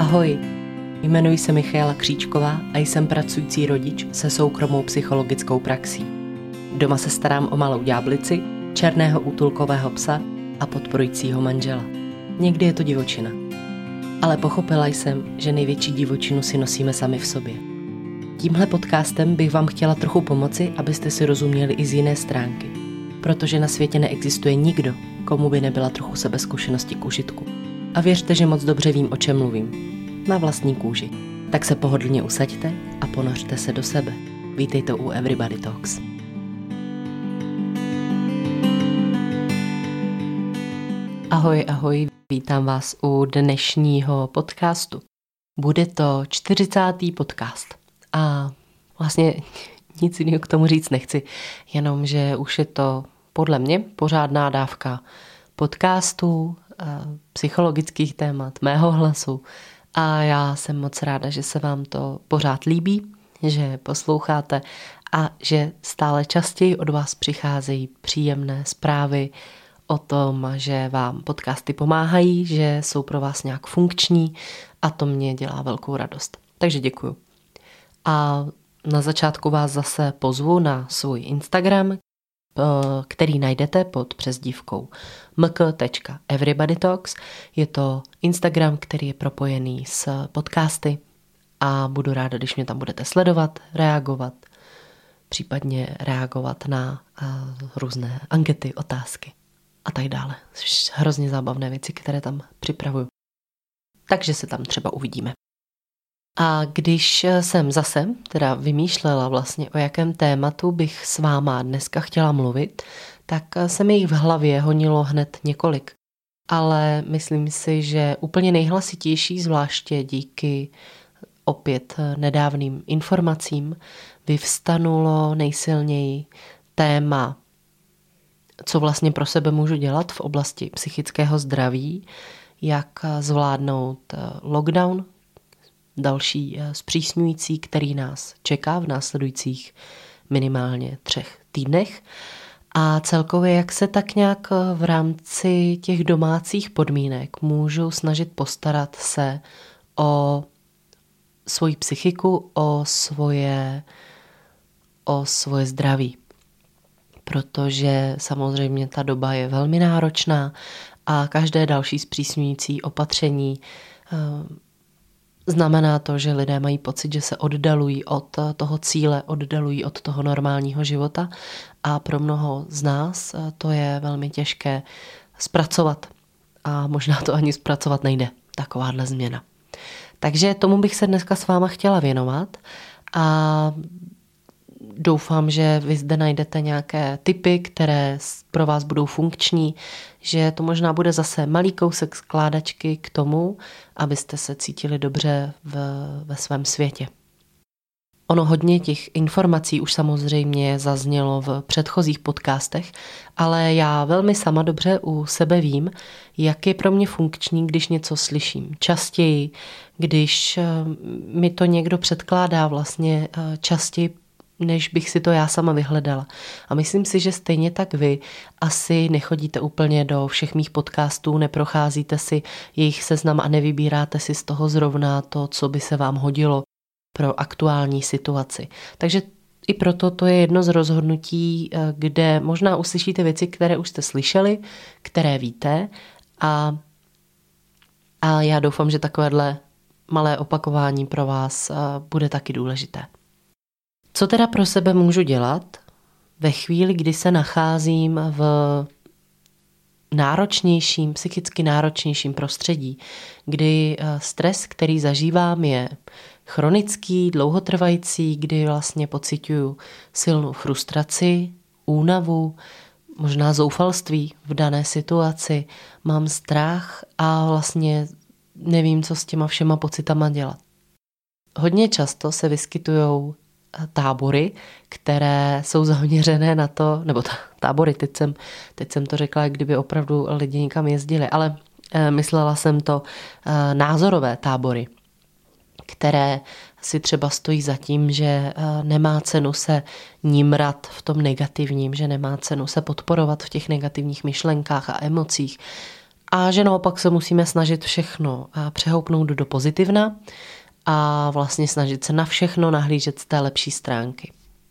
Ahoj, jmenuji se Michaela Kříčková a jsem pracující rodič se soukromou psychologickou praxí. Doma se starám o malou ďáblici, černého útulkového psa a podporujícího manžela. Někdy je to divočina. Ale pochopila jsem, že největší divočinu si nosíme sami v sobě. Tímhle podcastem bych vám chtěla trochu pomoci, abyste si rozuměli i z jiné stránky. Protože na světě neexistuje nikdo, komu by nebyla trochu sebezkušenosti k užitku. A věřte, že moc dobře vím, o čem mluvím. Na vlastní kůži. Tak se pohodlně usaďte a ponořte se do sebe. Vítejte u Everybody Talks. Ahoj, vítám vás u dnešního podcastu. Bude to 40. podcast. A vlastně nic jiného k tomu říct nechci, jenomže už je to podle mě pořádná dávka podcastů, psychologických témat, mého hlasu. A já jsem moc ráda, že se vám to pořád líbí, že posloucháte a že stále častěji od vás přicházejí příjemné zprávy o tom, že vám podcasty pomáhají, že jsou pro vás nějak funkční a to mě dělá velkou radost. Takže děkuju. A na začátku vás zase pozvu na svůj Instagram, který najdete pod přezdívkou mk.everybodytalks. Je to Instagram, který je propojený s podcasty a budu ráda, když mě tam budete sledovat, reagovat, případně reagovat na různé ankety, otázky a tak dále. Hrozně zábavné věci, které tam připravuju. Takže se tam třeba uvidíme. A když jsem zase teda vymýšlela vlastně, o jakém tématu bych s váma dneska chtěla mluvit, tak se mi jich v hlavě honilo hned několik. Ale myslím si, že úplně nejhlasitější, zvláště díky opět nedávným informacím, vyvstanulo nejsilněji téma, co vlastně pro sebe můžu dělat v oblasti psychického zdraví, jak zvládnout lockdown, další zpřísňující, který nás čeká v následujících minimálně 3 týdnech. A celkově, jak se tak nějak v rámci těch domácích podmínek můžu snažit postarat se o svoji psychiku, o svoje zdraví. Protože samozřejmě ta doba je velmi náročná a každé další zpřísňující opatření znamená to, že lidé mají pocit, že se oddalují od toho cíle, oddalují od toho normálního života a pro mnoho z nás to je velmi těžké zpracovat a možná to ani zpracovat nejde, takováhle změna. Takže tomu bych se dneska s váma chtěla věnovat a doufám, že vy zde najdete nějaké tipy, které pro vás budou funkční, že to možná bude zase malý kousek skládačky k tomu, abyste se cítili dobře ve svém světě. Ono hodně těch informací už samozřejmě zaznělo v předchozích podcastech, ale já velmi sama dobře u sebe vím, jak je pro mě funkční, když něco slyším častěji, když mi to někdo předkládá vlastně častěji, než bych si to já sama vyhledala. A myslím si, že stejně tak vy asi nechodíte úplně do všech mých podcastů, neprocházíte si jejich seznam a nevybíráte si z toho zrovna to, co by se vám hodilo pro aktuální situaci. Takže i proto to je jedno z rozhodnutí, kde možná uslyšíte věci, které už jste slyšeli, které víte a já doufám, že takovéhle malé opakování pro vás bude taky důležité. Co teda pro sebe můžu dělat ve chvíli, kdy se nacházím v náročnějším, psychicky náročnějším prostředí, kdy stres, který zažívám, je chronický, dlouhotrvající, kdy vlastně pociťuju silnou frustraci, únavu, možná zoufalství v dané situaci, mám strach a vlastně nevím, co s těma všema pocitama dělat. Hodně často se vyskytujou tábory, které jsou zaměřené na to, nebo tábory, teď jsem to řekla, jak kdyby opravdu lidi někam jezdili, ale myslela jsem to názorové tábory, které si třeba stojí za tím, že nemá cenu se nímrat v tom negativním, že nemá cenu se podporovat v těch negativních myšlenkách a emocích, A že naopak se musíme snažit všechno přehoupnout do pozitivna a vlastně snažit se na všechno nahlížet z té lepší stránky.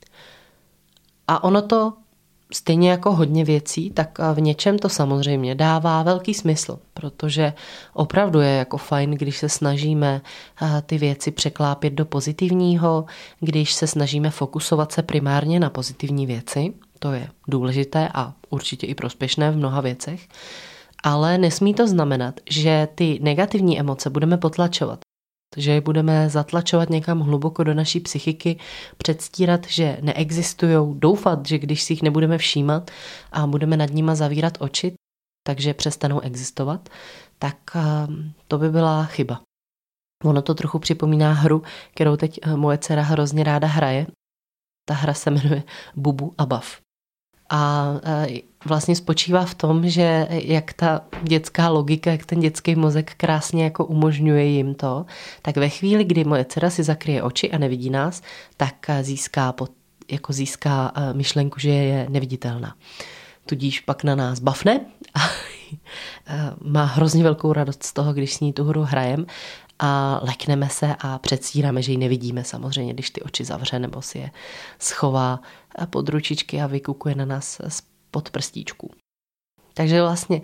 A ono to stejně jako hodně věcí, tak v něčem to samozřejmě dává velký smysl, protože opravdu je jako fajn, když se snažíme ty věci překlápět do pozitivního, když se snažíme fokusovat se primárně na pozitivní věci, to je důležité a určitě i prospěšné v mnoha věcech, ale nesmí to znamenat, že ty negativní emoce budeme potlačovat. Že je budeme zatlačovat někam hluboko do naší psychiky, předstírat, že neexistujou, doufat, že když si jich nebudeme všímat a budeme nad nima zavírat oči, takže přestanou existovat, tak to by byla chyba. Ono to trochu připomíná hru, kterou teď moje dcera hrozně ráda hraje. Ta hra se jmenuje Bubu a Bav. A vlastně spočívá v tom, že jak ta dětská logika, jak ten dětský mozek krásně jako umožňuje jim to, tak ve chvíli, kdy moje dcera si zakryje oči a nevidí nás, tak získá myšlenku, že je neviditelná. Tudíž pak na nás bafne a má hrozně velkou radost z toho, když s ní tu hru hrajem a lekneme se a předstíráme, že ji nevidíme samozřejmě, když ty oči zavře nebo si je schová pod ručičky a vykukuje na nás pod prstíčků. Takže vlastně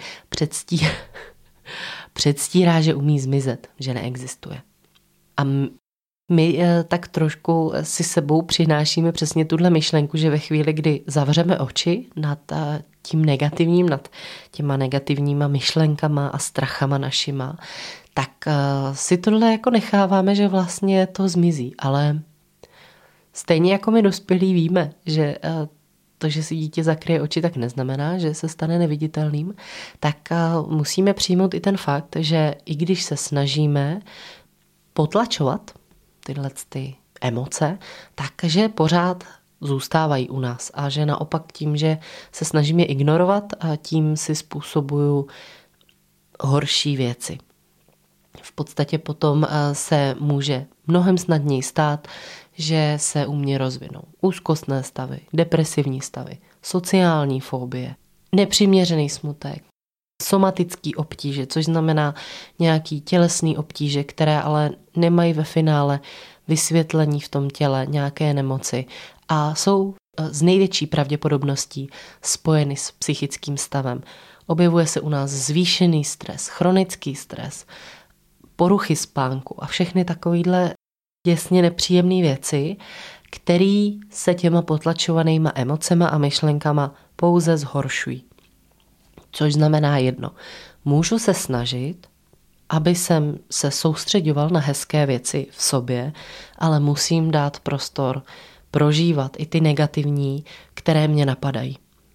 předstírá, že umí zmizet, že neexistuje. A my tak trošku si sebou přinášíme přesně tuhle myšlenku, že ve chvíli, kdy zavřeme oči nad tím negativním, nad těma negativníma myšlenkama a strachama našima, tak si tohle jako necháváme, že vlastně to zmizí. Ale stejně jako my dospělí víme, že to, že si dítě zakryje oči, tak neznamená, že se stane neviditelným, tak musíme přijmout i ten fakt, že i když se snažíme potlačovat tyhle ty emoce, takže pořád zůstávají u nás a že naopak tím, že se snažíme ignorovat, a tím si způsobuju horší věci. V podstatě potom se může mnohem snadněji stát, že se u mě rozvinou úzkostné stavy, depresivní stavy, sociální fobie, nepřiměřený smutek, somatický obtíže, což znamená nějaký tělesný obtíže, které ale nemají ve finále vysvětlení v tom těle, nějaké nemoci a jsou s největší pravděpodobností spojeny s psychickým stavem. Objevuje se u nás zvýšený stres, chronický stres, poruchy spánku a všechny takovýhle děsně nepříjemné věci, které se těma potlačovanýma emocema a myšlenkama pouze zhoršují. Což znamená jedno. Můžu se snažit, aby jsem se soustředoval na hezké věci v sobě, ale musím dát prostor prožívat i ty negativní, které mě napadají.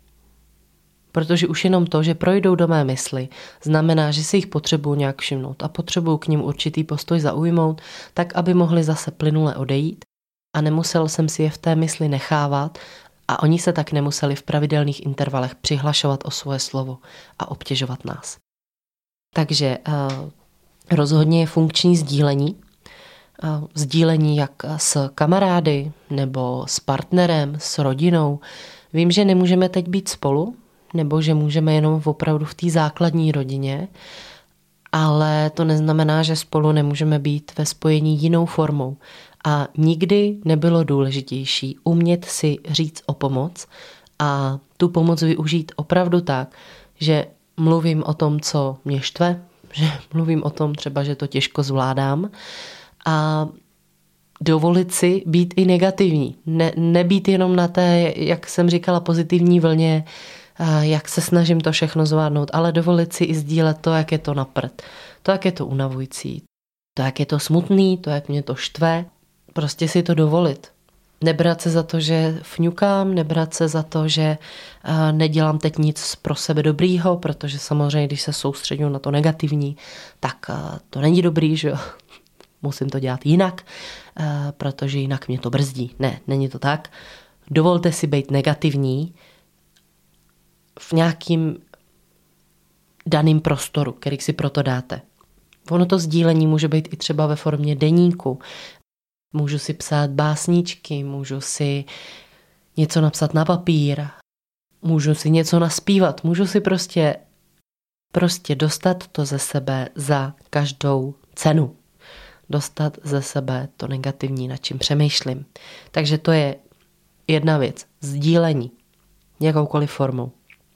Protože už jenom to, že projdou do mé mysli, znamená, že si jich potřebuji nějak všimnout a potřebuji k nim určitý postoj zaujmout, tak aby mohli zase plynule odejít a nemusel jsem si je v té mysli nechávat a oni se tak nemuseli v pravidelných intervalech přihlašovat o svoje slovo a obtěžovat nás. Takže rozhodně je funkční sdílení. Sdílení jak s kamarády nebo s partnerem, s rodinou. Vím, že nemůžeme teď být spolu, nebo že můžeme jenom opravdu v té základní rodině, ale to neznamená, že spolu nemůžeme být ve spojení jinou formou. A nikdy nebylo důležitější umět si říct o pomoc a tu pomoc využít opravdu tak, že mluvím o tom, co mě štve, že mluvím o tom třeba, že to těžko zvládám a dovolit si být i negativní. Nebýt jenom na té, jak jsem říkala, pozitivní vlně, jak se snažím to všechno zvládnout, ale dovolit si i sdílet to, jak je to na prd, to, jak je to unavující, to, jak je to smutný, to, jak mě to štve, prostě si to dovolit. Nebrat se za to, že fňukám, nebrat se za to, že nedělám teď nic pro sebe dobrýho, protože samozřejmě, když se soustředím na to negativní, tak to není dobrý, že jo? Musím to dělat jinak, protože jinak mě to brzdí. Ne, není to tak. Dovolte si být negativní v nějakým daným prostoru, který si proto dáte. Ono to sdílení může být i třeba ve formě deníku. Můžu si psát básničky, můžu si něco napsat na papír, můžu si něco naspívat, můžu si prostě Prostě dostat to ze sebe za každou cenu. Dostat ze sebe to negativní, nad čím přemýšlím. Takže to je jedna věc. Sdílení. Jakoukoliv formou.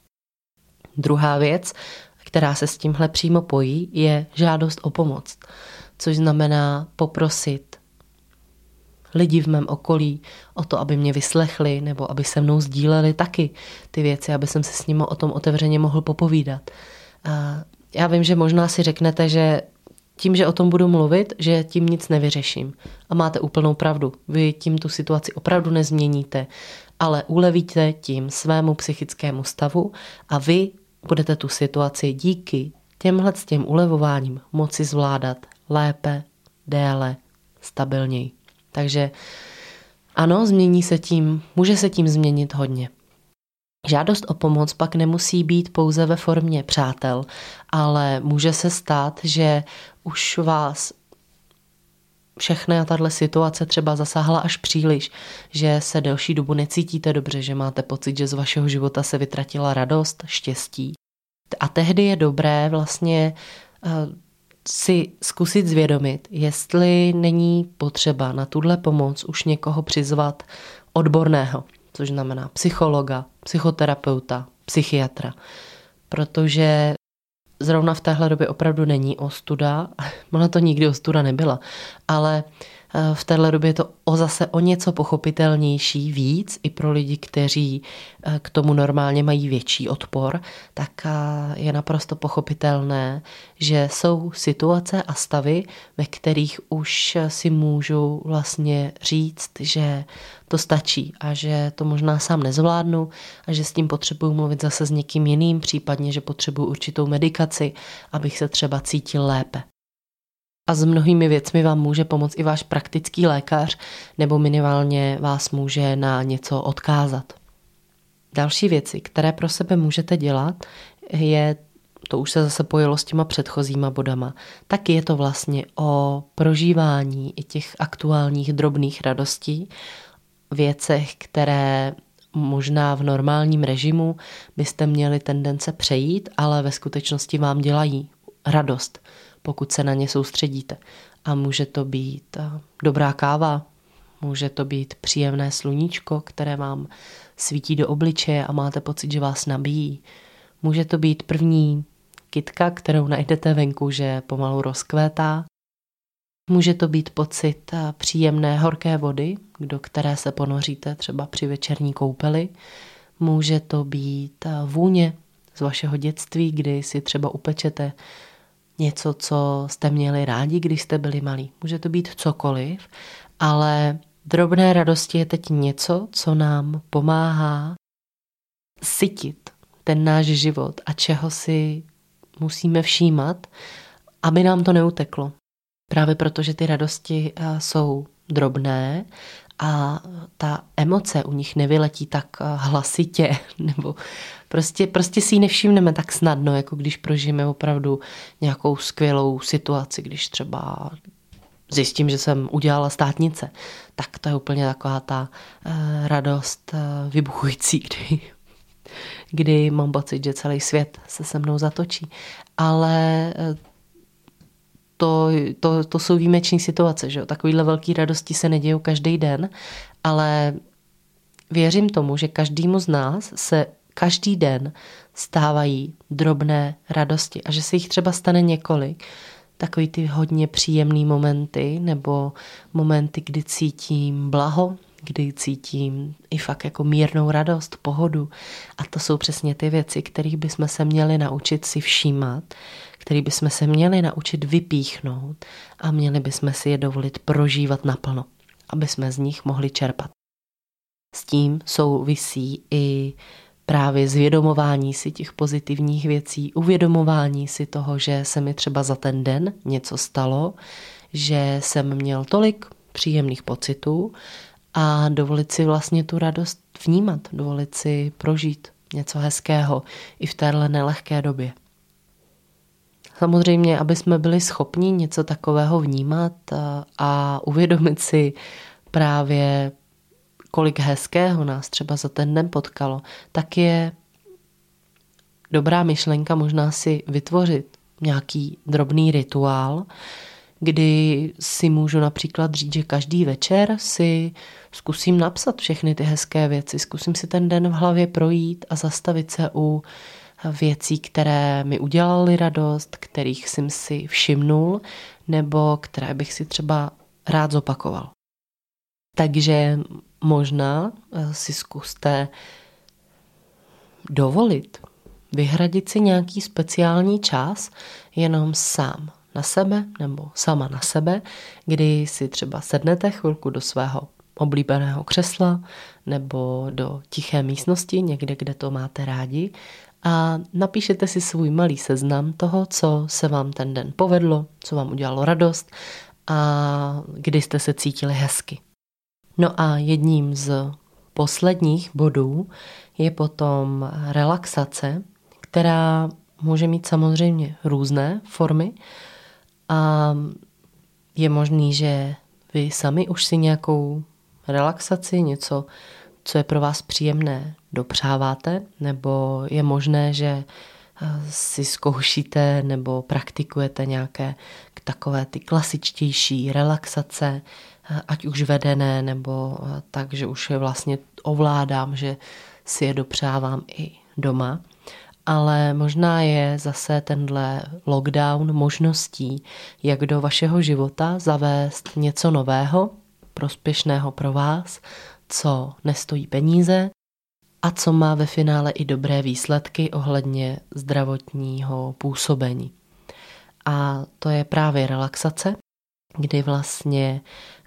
Druhá věc, která se s tímhle přímo pojí, je žádost o pomoc. Což znamená poprosit lidi v mém okolí o to, aby mě vyslechli nebo aby se mnou sdíleli taky ty věci, aby jsem se s nimi o tom otevřeně mohl popovídat. A já vím, že možná si řeknete, že tím, že o tom budu mluvit, že tím nic nevyřeším. A máte úplnou pravdu. Vy tím tu situaci opravdu nezměníte, ale ulevíte tím svému psychickému stavu a vy budete tu situaci díky těm ulevováním moci zvládat lépe, déle, stabilněji. Takže ano, změní se tím, může se tím změnit hodně. Žádost o pomoc pak nemusí být pouze ve formě přátel, ale může se stát, že už vás všechna tato situace třeba zasáhla až příliš, že se delší dobu necítíte dobře, že máte pocit, že z vašeho života se vytratila radost, štěstí. A tehdy je dobré vlastně si zkusit zvědomit, jestli není potřeba na tuhle pomoc už někoho přizvat odborného, což znamená psychologa, psychoterapeuta, psychiatra, protože zrovna v téhle době opravdu není ostuda, ona to nikdy ostuda nebyla, ale v téhle době je to zase o něco pochopitelnější víc i pro lidi, kteří k tomu normálně mají větší odpor, tak je naprosto pochopitelné, že jsou situace a stavy, ve kterých už si můžu vlastně říct, že to stačí a že to možná sám nezvládnu a že s tím potřebuju mluvit zase s někým jiným, případně, že potřebuju určitou medikaci, abych se třeba cítil lépe. A s mnohými věcmi vám může pomoct i váš praktický lékař, nebo minimálně vás může na něco odkázat. Další věci, které pro sebe můžete dělat, je, to už se zase pojilo s těma předchozíma bodama, tak je to vlastně o prožívání i těch aktuálních drobných radostí, věcech, které možná v normálním režimu byste měli tendence přejít, ale ve skutečnosti vám dělají radost, pokud se na ně soustředíte. A může to být dobrá káva, může to být příjemné sluníčko, které vám svítí do obličeje a máte pocit, že vás nabíjí. Může to být první kytka, kterou najdete venku, že pomalu rozkvétá. Může to být pocit příjemné horké vody, do které se ponoříte třeba při večerní koupeli. Může to být vůně z vašeho dětství, kdy si třeba upečete něco, co jste měli rádi, když jste byli malí. Může to být cokoliv, ale drobné radosti je teď něco, co nám pomáhá sytit ten náš život a čeho si musíme všímat, aby nám to neuteklo. Právě protože ty radosti jsou drobné a ta emoce u nich nevyletí tak hlasitě, nebo prostě si ji nevšimneme tak snadno, jako když prožijeme opravdu nějakou skvělou situaci, když třeba zjistím, že jsem udělala státnice, tak to je úplně taková ta radost vybuchující, kdy mám pocit, že celý svět se mnou zatočí. Ale to jsou výjimeční situace, že jo? Takovýhle velký radosti se nedějou každý den, ale věřím tomu, že každému z nás se každý den stávají drobné radosti a že se jich třeba stane několik. Takový ty hodně příjemný momenty nebo momenty, kdy cítím blaho, kdy cítím i fakt jako mírnou radost, pohodu. A to jsou přesně ty věci, kterých bychom se měli naučit si všímat, který bychom se měli naučit vypíchnout a měli bychom si je dovolit prožívat naplno, aby jsme z nich mohli čerpat. S tím souvisí i právě zvědomování si těch pozitivních věcí, uvědomování si toho, že se mi třeba za ten den něco stalo, že jsem měl tolik příjemných pocitů a dovolit si vlastně tu radost vnímat, dovolit si prožít něco hezkého i v téhle nelehké době. Samozřejmě, aby jsme byli schopni něco takového vnímat a uvědomit si právě, kolik hezkého nás třeba za ten den potkalo, tak je dobrá myšlenka možná si vytvořit nějaký drobný rituál, kdy si můžu například říct, že každý večer si zkusím napsat všechny ty hezké věci, zkusím si ten den v hlavě projít a zastavit se u věcí, které mi udělaly radost, kterých jsem si všimnul, nebo které bych si třeba rád zopakoval. Takže možná si zkuste dovolit vyhradit si nějaký speciální čas jenom sám na sebe nebo sama na sebe, kdy si třeba sednete chvilku do svého oblíbeného křesla nebo do tiché místnosti, někde, kde to máte rádi, a napíšete si svůj malý seznam toho, co se vám ten den povedlo, co vám udělalo radost a kdy jste se cítili hezky. No a jedním z posledních bodů je potom relaxace, která může mít samozřejmě různé formy a je možný, že vy sami už si nějakou relaxaci, něco, co je pro vás příjemné, dopřáváte, nebo je možné, že si zkoušíte nebo praktikujete nějaké takové ty klasičtější relaxace, ať už vedené, nebo tak, že už je vlastně ovládám, že si je dopřávám i doma. Ale možná je zase tenhle lockdown možností, jak do vašeho života zavést něco nového, prospěšného pro vás, co nestojí peníze a co má ve finále i dobré výsledky ohledně zdravotního působení. A to je právě relaxace, kdy vlastně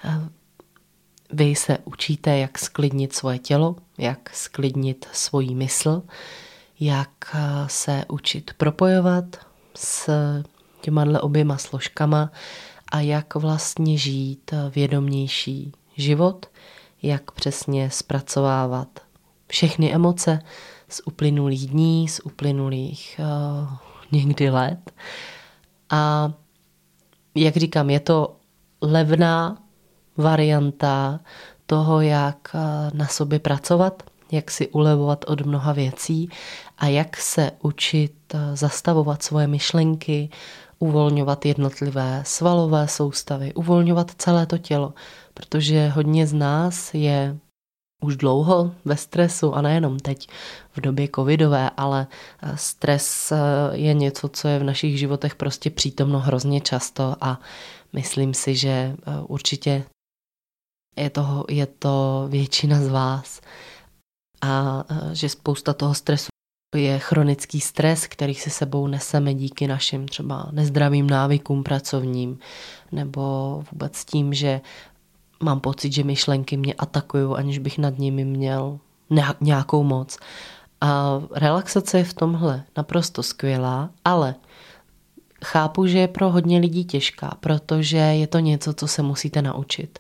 vy se učíte, jak sklidnit svoje tělo, jak sklidnit svoji mysl, jak se učit propojovat s těma oběma složkama a jak vlastně žít vědomější život, jak přesně zpracovávat všechny emoce z uplynulých dní, z uplynulých někdy let. A jak říkám, je to levná varianta toho, jak na sobě pracovat, jak si ulevovat od mnoha věcí a jak se učit zastavovat svoje myšlenky, uvolňovat jednotlivé svalové soustavy, uvolňovat celé to tělo, protože hodně z nás je už dlouho ve stresu a nejenom teď v době covidové, ale stres je něco, co je v našich životech prostě přítomno hrozně často a myslím si, že určitě je to většina z vás a že spousta toho stresu je chronický stres, který si sebou neseme díky našim třeba nezdravým návykům pracovním nebo vůbec tím, že mám pocit, že myšlenky mě atakují, aniž bych nad nimi měl nějakou moc. A relaxace je v tomhle naprosto skvělá, ale chápu, že je pro hodně lidí těžká, protože je to něco, co se musíte naučit.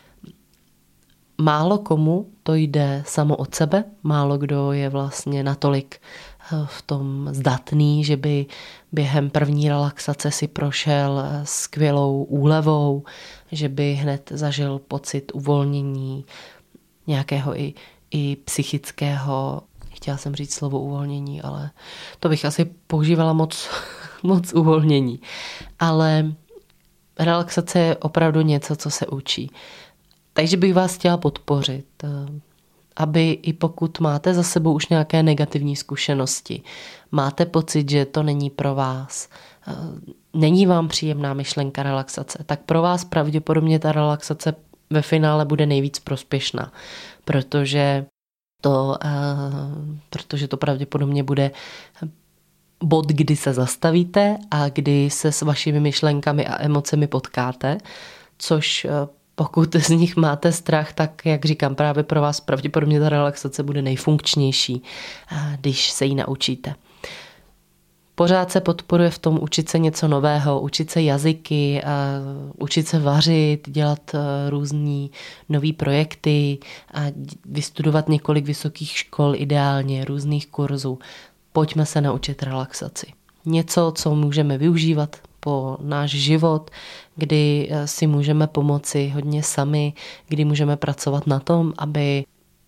Málo komu to jde samo od sebe, málo kdo je vlastně natolik v tom zdatný, že by během první relaxace si prošel skvělou úlevou, že by hned zažil pocit uvolnění, nějakého i psychického, chtěla jsem říct slovo uvolnění, ale to bych asi používala moc uvolnění. Ale relaxace je opravdu něco, co se učí. Takže bych vás chtěla podpořit, aby i pokud máte za sebou už nějaké negativní zkušenosti, máte pocit, že to není pro vás, není vám příjemná myšlenka relaxace, tak pro vás pravděpodobně ta relaxace ve finále bude nejvíc prospěšná, protože to pravděpodobně bude bod, kdy se zastavíte a kdy se s vašimi myšlenkami a emocemi potkáte, což pokud z nich máte strach, tak jak říkám, právě pro vás pravděpodobně ta relaxace bude nejfunkčnější, když se ji naučíte. Pořád se podporuje v tom učit se něco nového, učit se jazyky, učit se vařit, dělat různý nový projekty a vystudovat několik vysokých škol ideálně, různých kurzů. Pojďme se naučit relaxaci. Něco, co můžeme využívat po náš život, kdy si můžeme pomoci hodně sami, kdy můžeme pracovat na tom, aby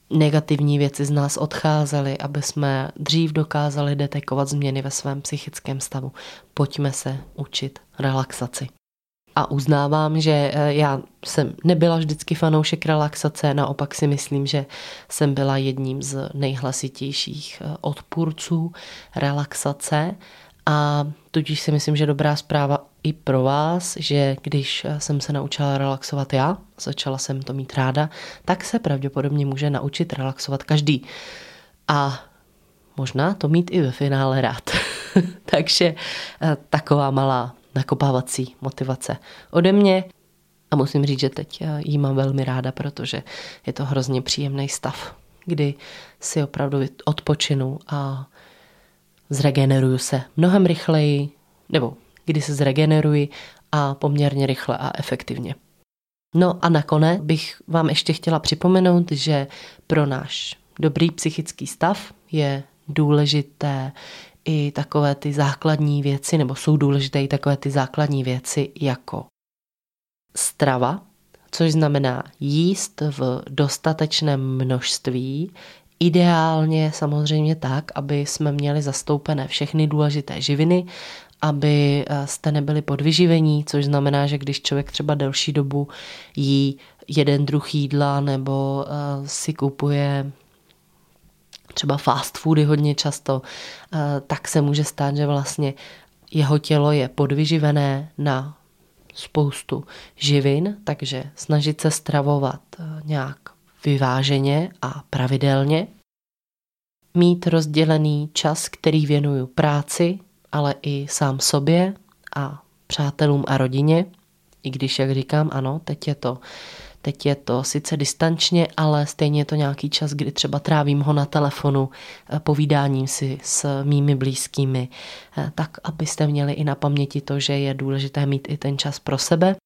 negativní věci z nás odcházely, aby jsme dřív dokázali detekovat změny ve svém psychickém stavu. Pojďme se učit relaxaci. A uznávám, že já jsem nebyla vždycky fanoušek relaxace, naopak si myslím, že jsem byla jedním z nejhlasitějších odpůrců relaxace a tudíž si myslím, že dobrá zpráva i pro vás, že když jsem se naučila relaxovat já, začala jsem to mít ráda, tak se pravděpodobně může naučit relaxovat každý. A možná to mít i ve finále rád. Takže taková malá nakopávací motivace ode mě a musím říct, že teď jí mám velmi ráda, protože je to hrozně příjemný stav, kdy si opravdu odpočinu a zregeneruju se mnohem rychleji, nebo kdy se zregeneruji a poměrně rychle a efektivně. No a nakonec bych vám ještě chtěla připomenout, že pro náš dobrý psychický stav je důležité i takové ty základní věci, nebo jsou důležité i takové ty základní věci jako strava, což znamená jíst v dostatečném množství, ideálně samozřejmě tak, aby jsme měli zastoupené všechny důležité živiny, aby jste nebyli podvyživení, což znamená, že když člověk třeba delší dobu jí jeden druh jídla nebo si kupuje třeba fast foody hodně často, tak se může stát, že vlastně jeho tělo je podvyživené na spoustu živin, takže snažit se stravovat nějak vyváženě a pravidelně. Mít rozdělený čas, který věnuju práci, ale i sám sobě a přátelům a rodině. I když, jak říkám, ano, teď je to sice distančně, ale stejně je to nějaký čas, kdy třeba trávím ho na telefonu povídáním si s mými blízkými, tak abyste měli i na paměti to, že je důležité mít i ten čas pro sebe.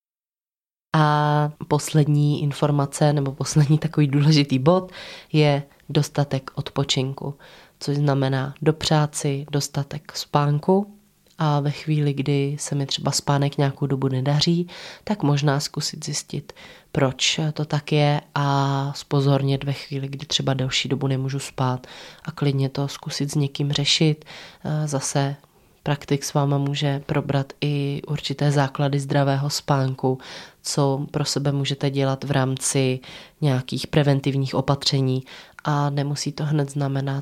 A poslední informace nebo poslední takový důležitý bod je dostatek odpočinku, což znamená dopřát si dostatek spánku a ve chvíli, kdy se mi třeba spánek nějakou dobu nedaří, tak možná zkusit zjistit, proč to tak je a zpozornět ve chvíli, kdy třeba delší dobu nemůžu spát a klidně to zkusit s někým řešit. Zase praktik s váma může probrat i určité základy zdravého spánku, co pro sebe můžete dělat v rámci nějakých preventivních opatření a nemusí to hned znamenat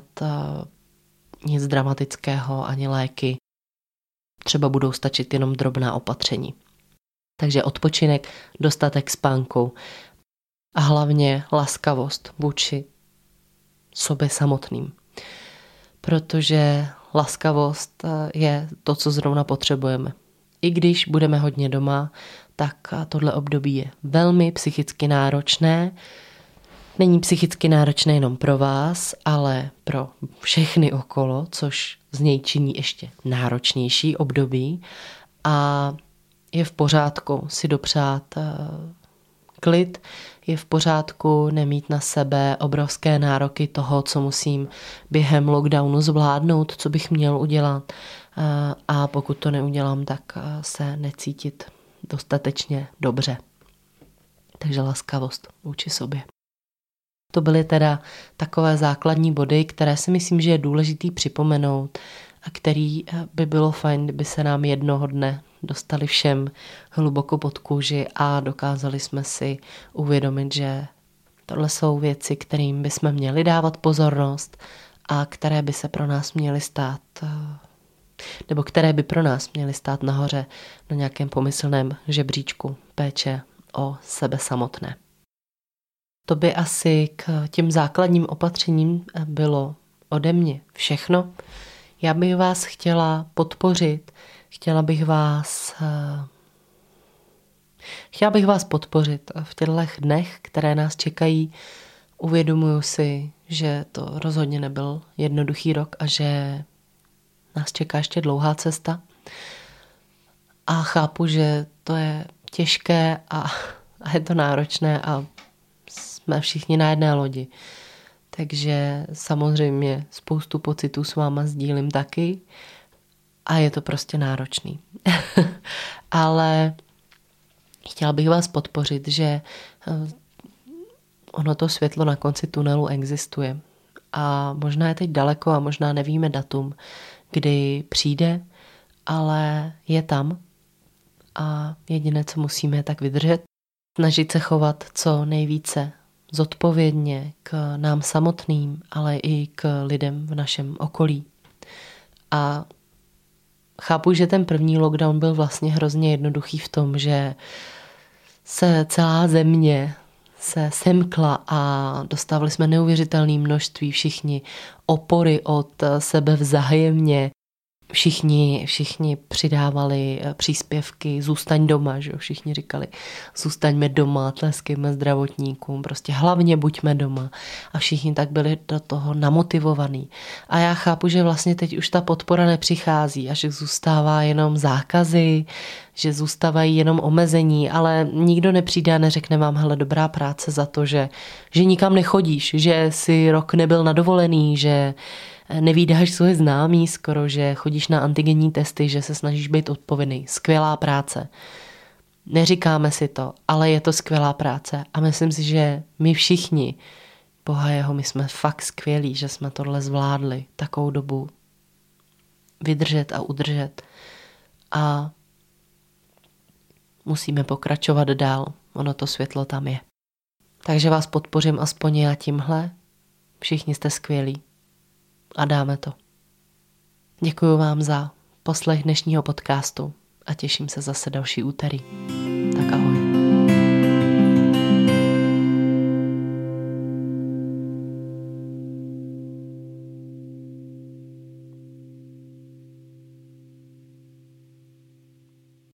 nic dramatického ani léky. Třeba budou stačit jenom drobná opatření. Takže odpočinek, dostatek spánku a hlavně laskavost vůči sobě samotným. Protože laskavost je to, co zrovna potřebujeme. I když budeme hodně doma, tak tohle období je velmi psychicky náročné. Není psychicky náročné jenom pro vás, ale pro všechny okolo, což z něj činí ještě náročnější období. A je v pořádku si dopřát klid, je v pořádku nemít na sebe obrovské nároky toho, co musím během lockdownu zvládnout, co bych měl udělat. A pokud to neudělám, tak se necítit dostatečně dobře. Takže laskavost vůči sobě. To byly teda takové základní body, které si myslím, že je důležitý připomenout a který by bylo fajn, kdyby se nám jednoho dne dostali všem hluboko pod kůži a dokázali jsme si uvědomit, že tohle jsou věci, kterým bychom měli dávat pozornost a které by se pro nás měly stát, nebo které by pro nás měly stát nahoře na nějakém pomyslném žebříčku péče o sebe samotné. To by asi k těm základním opatřením bylo ode mě všechno. Já bych vás chtěla podpořit, chtěla bych vás podpořit v těchto dnech, které nás čekají. Uvědomuju si, že to rozhodně nebyl jednoduchý rok a že nás čeká ještě dlouhá cesta. A chápu, že to je těžké a je to náročné a jsme všichni na jedné lodi. Takže samozřejmě spoustu pocitů s váma sdílím taky a je to prostě náročný. Ale chtěla bych vás podpořit, že ono to světlo na konci tunelu existuje. A možná je teď daleko a možná nevíme datum, kdy přijde, ale je tam. A jediné, co musíme, je tak vydržet, snažit se chovat co nejvíce zodpovědně k nám samotným, ale i k lidem v našem okolí. A chápu, že ten první lockdown byl vlastně hrozně jednoduchý v tom, že se celá země se semkla a dostávali jsme neuvěřitelné množství všichni opory od sebe vzájemně. Všichni přidávali příspěvky, zůstaň doma, že jo? Všichni říkali, zůstaňme doma, tleskejme zdravotníkům, prostě hlavně buďme doma. A všichni tak byli do toho namotivovaní. A já chápu, že vlastně teď už ta podpora nepřichází a že zůstává jenom zákazy, že zůstávají jenom omezení, ale nikdo nepřijde a neřekne vám, hele, dobrá práce za to, že nikam nechodíš, že jsi rok nebyl na dovolený, že nevídáš svoje známí skoro, že chodíš na antigenní testy, že se snažíš být odpovědný. Skvělá práce. Neříkáme si to, ale je to skvělá práce. A myslím si, že my všichni, Boha jeho, my jsme fakt skvělí, že jsme tohle zvládli takovou dobu vydržet a udržet. A musíme pokračovat dál. Ono to světlo tam je. Takže vás podpořím aspoň já tímhle. Všichni jste skvělí. A dáme to. Děkuji vám za poslech dnešního podcastu a těším se zase další úterý. Tak ahoj.